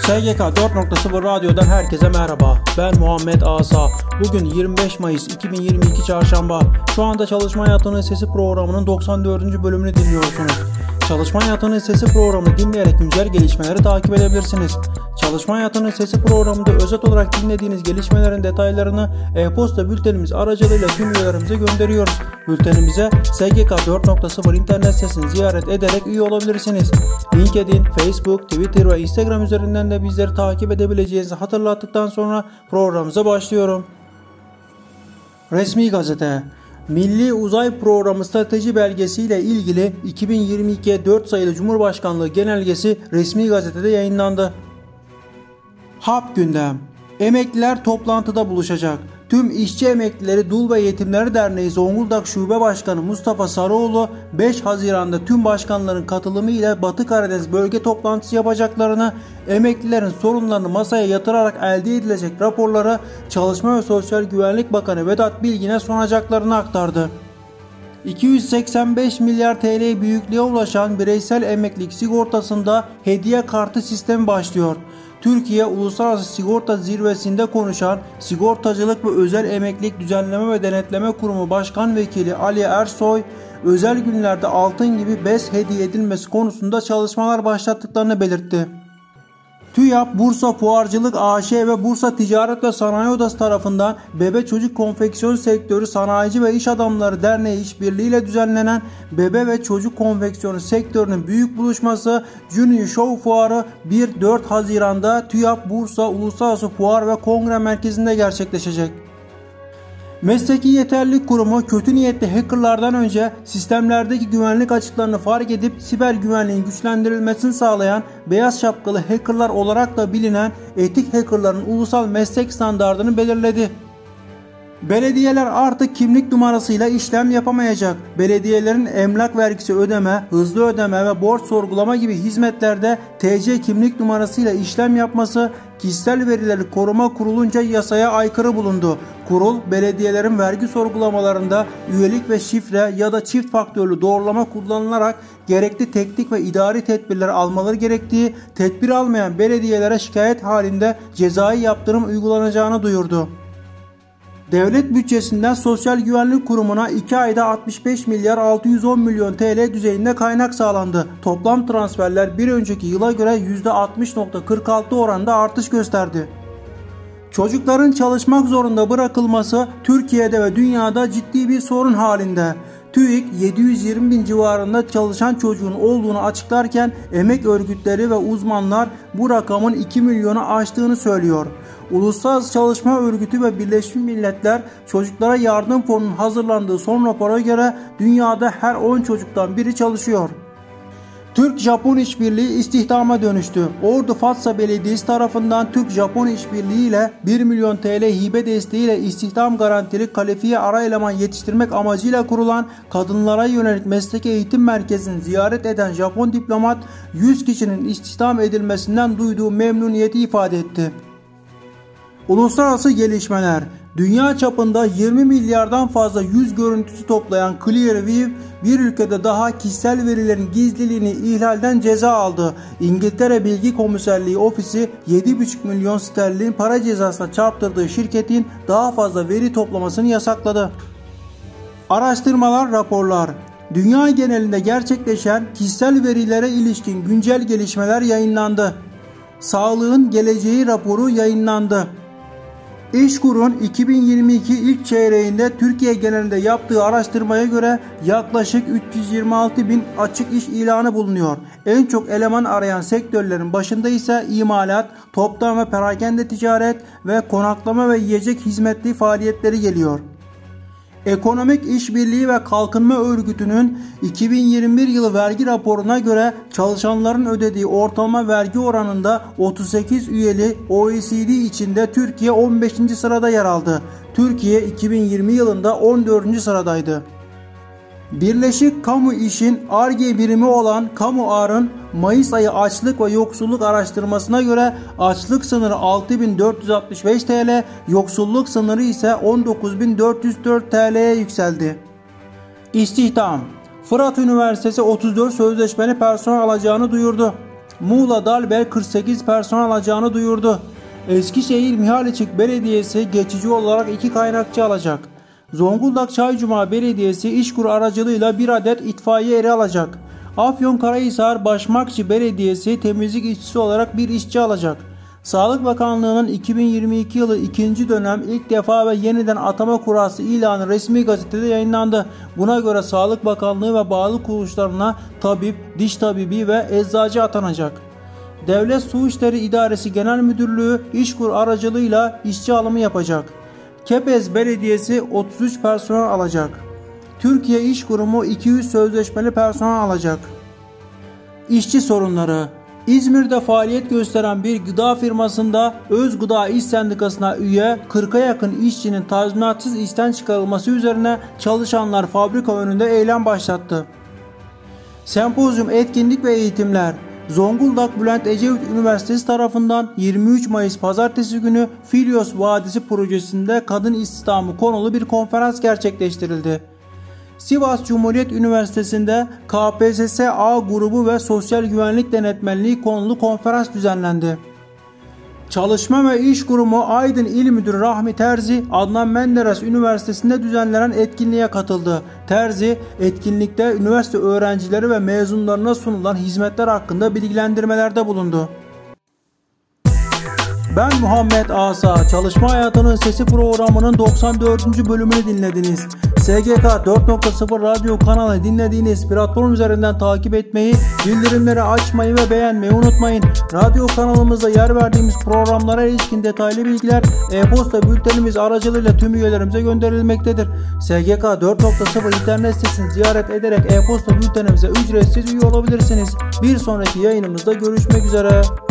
SGK 4.0 Radyo'dan herkese merhaba. Ben Muhammed Asa. Bugün 25 Mayıs 2022 Çarşamba. Şu anda Çalışma Hayatının Sesi programının 94. bölümünü dinliyorsunuz. Çalışma Hayatının Sesi programını dinleyerek güncel gelişmeleri takip edebilirsiniz. Çalışma Hayatının Sesi programında özet olarak dinlediğiniz gelişmelerin detaylarını e-posta bültenimiz aracılığıyla tüm üyelerimize gönderiyoruz. Bültenimize SGK 4.0 internet sitesini ziyaret ederek üye olabilirsiniz. LinkedIn, Facebook, Twitter ve Instagram üzerinden de bizleri takip edebileceğinizi hatırlattıktan sonra programımıza başlıyorum. Resmi Gazete. Milli Uzay Programı Strateji Belgesi ile ilgili 2022'ye 4 sayılı Cumhurbaşkanlığı Genelgesi resmi gazetede yayınlandı. HAP gündem. Emekliler toplantıda buluşacak. Tüm İşçi Emeklileri Dul ve Yetimleri Derneği Zonguldak Şube Başkanı Mustafa Sarıoğlu 5 Haziran'da tüm başkanların katılımı ile Batı Karadeniz bölge toplantısı yapacaklarını, emeklilerin sorunlarını masaya yatırarak elde edilecek raporları Çalışma ve Sosyal Güvenlik Bakanı Vedat Bilgin'e sunacaklarını aktardı. 285 milyar TL büyüklüğe ulaşan bireysel emeklilik sigortasında hediye kartı sistemi başlıyor. Türkiye Uluslararası Sigorta Zirvesi'nde konuşan Sigortacılık ve Özel Emeklilik Düzenleme ve Denetleme Kurumu Başkan Vekili Ali Ersoy, özel günlerde altın gibi bez hediye edilmesi konusunda çalışmalar başlattıklarını belirtti. TÜYAP, Bursa Fuarcılık AŞ ve Bursa Ticaret ve Sanayi Odası tarafından Bebe Çocuk Konfeksiyon Sektörü Sanayici ve İş Adamları Derneği işbirliğiyle düzenlenen Bebe ve Çocuk Konfeksiyonu sektörünün büyük buluşması Junior Show Fuarı 1-4 Haziran'da TÜYAP Bursa Uluslararası Fuar ve Kongre Merkezi'nde gerçekleşecek. Mesleki Yeterlilik Kurumu kötü niyetli hackerlardan önce sistemlerdeki güvenlik açıklarını fark edip siber güvenliğin güçlendirilmesini sağlayan beyaz şapkalı hackerlar olarak da bilinen etik hackerların ulusal meslek standardını belirledi. Belediyeler artık kimlik numarasıyla işlem yapamayacak. Belediyelerin emlak vergisi ödeme, hızlı ödeme ve borç sorgulama gibi hizmetlerde TC kimlik numarasıyla işlem yapması Kişisel Verileri Koruma Kurulu'nca yasaya aykırı bulundu. Kurul, belediyelerin vergi sorgulamalarında üyelik ve şifre ya da çift faktörlü doğrulama kullanılarak gerekli teknik ve idari tedbirler almaları gerektiği, tedbir almayan belediyelere şikayet halinde cezai yaptırım uygulanacağını duyurdu. Devlet bütçesinden Sosyal Güvenlik Kurumu'na 2 ayda 65 milyar 610 milyon TL düzeyinde kaynak sağlandı. Toplam transferler bir önceki yıla göre %60.46 oranında artış gösterdi. Çocukların çalışmak zorunda bırakılması Türkiye'de ve dünyada ciddi bir sorun halinde. TÜİK 720 bin civarında çalışan çocuğun olduğunu açıklarken emek örgütleri ve uzmanlar bu rakamın 2 milyonu aştığını söylüyor. Uluslararası Çalışma Örgütü ve Birleşmiş Milletler Çocuklara Yardım Fonu'nun hazırlandığı son rapora göre dünyada her 10 çocuktan biri çalışıyor. Türk-Japon işbirliği istihdama dönüştü. Ordu Fatsa Belediyesi tarafından Türk-Japon işbirliği ile 1 milyon TL hibe desteğiyle istihdam garantili kalifiye ara eleman yetiştirmek amacıyla kurulan kadınlara yönelik mesleki eğitim merkezini ziyaret eden Japon diplomat 100 kişinin istihdam edilmesinden duyduğu memnuniyeti ifade etti. Uluslararası gelişmeler. Dünya çapında 20 milyardan fazla yüz görüntüsü toplayan Clearview bir ülkede daha kişisel verilerin gizliliğini ihlalden ceza aldı. İngiltere Bilgi Komiserliği Ofisi 7,5 milyon sterlin para cezasına çarptırdığı şirketin daha fazla veri toplamasını yasakladı. Araştırmalar, raporlar. Dünya genelinde gerçekleşen kişisel verilere ilişkin güncel gelişmeler yayınlandı. Sağlığın Geleceği raporu yayınlandı. İşkur'un 2022 ilk çeyreğinde Türkiye genelinde yaptığı araştırmaya göre yaklaşık 326 bin açık iş ilanı bulunuyor. En çok eleman arayan sektörlerin başında ise imalat, toptan ve perakende ticaret ve konaklama ve yiyecek hizmetli faaliyetleri geliyor. Ekonomik İşbirliği ve Kalkınma Örgütü'nün 2021 yılı vergi raporuna göre çalışanların ödediği ortalama vergi oranında 38 üyeli OECD içinde Türkiye 15. sırada yer aldı. Türkiye 2020 yılında 14. sıradaydı. Birleşik Kamu İş'in Ar-Ge birimi olan Kamu-Ar'ın Mayıs ayı açlık ve yoksulluk araştırmasına göre açlık sınırı 6.465 TL, yoksulluk sınırı ise 19.404 TL'ye yükseldi. İstihdam. Fırat Üniversitesi 34 sözleşmeli personel alacağını duyurdu. Muğla Dalbel 48 personel alacağını duyurdu. Eskişehir Mihaliçik Belediyesi geçici olarak 2 kaynakçı alacak. Zonguldak Çaycuma Belediyesi İşkur aracılığıyla 1 adet itfaiye eri alacak. Afyonkarahisar Başmakçı Belediyesi temizlik işçisi olarak 1 işçi alacak. Sağlık Bakanlığı'nın 2022 yılı 2. dönem ilk defa ve yeniden atama kurası ilanı resmi gazetede yayınlandı. Buna göre Sağlık Bakanlığı ve bağlı kuruluşlarına tabip, diş tabibi ve eczacı atanacak. Devlet Su İşleri İdaresi Genel Müdürlüğü İşkur aracılığıyla işçi alımı yapacak. Kepez Belediyesi 33 personel alacak. Türkiye İş Kurumu 200 sözleşmeli personel alacak. İşçi sorunları. İzmir'de faaliyet gösteren bir gıda firmasında Özgıda İş Sendikası'na üye 40'a yakın işçinin tazminatsız işten çıkarılması üzerine çalışanlar fabrika önünde eylem başlattı. Sempozyum, etkinlik ve eğitimler. Zonguldak Bülent Ecevit Üniversitesi tarafından 23 Mayıs Pazartesi günü Filyos Vadisi projesinde kadın istihdamı konulu bir konferans gerçekleştirildi. Sivas Cumhuriyet Üniversitesi'nde KPSS A grubu ve sosyal güvenlik denetmenliği konulu konferans düzenlendi. Çalışma ve İş Kurumu Aydın İl Müdürü Rahmi Terzi, Adnan Menderes Üniversitesi'nde düzenlenen etkinliğe katıldı. Terzi, etkinlikte üniversite öğrencileri ve mezunlarına sunulan hizmetler hakkında bilgilendirmelerde bulundu. Ben Muhammed Asa, Çalışma Hayatının Sesi programının 94. bölümünü dinlediniz. SGK 4.0 radyo kanalı dinlediğiniz platform üzerinden takip etmeyi, bildirimleri açmayı ve beğenmeyi unutmayın. Radyo kanalımızda yer verdiğimiz programlara ilişkin detaylı bilgiler e-posta bültenimiz aracılığıyla tüm üyelerimize gönderilmektedir. SGK 4.0 internet sitesini ziyaret ederek e-posta bültenimize ücretsiz üye olabilirsiniz. Bir sonraki yayınımızda görüşmek üzere.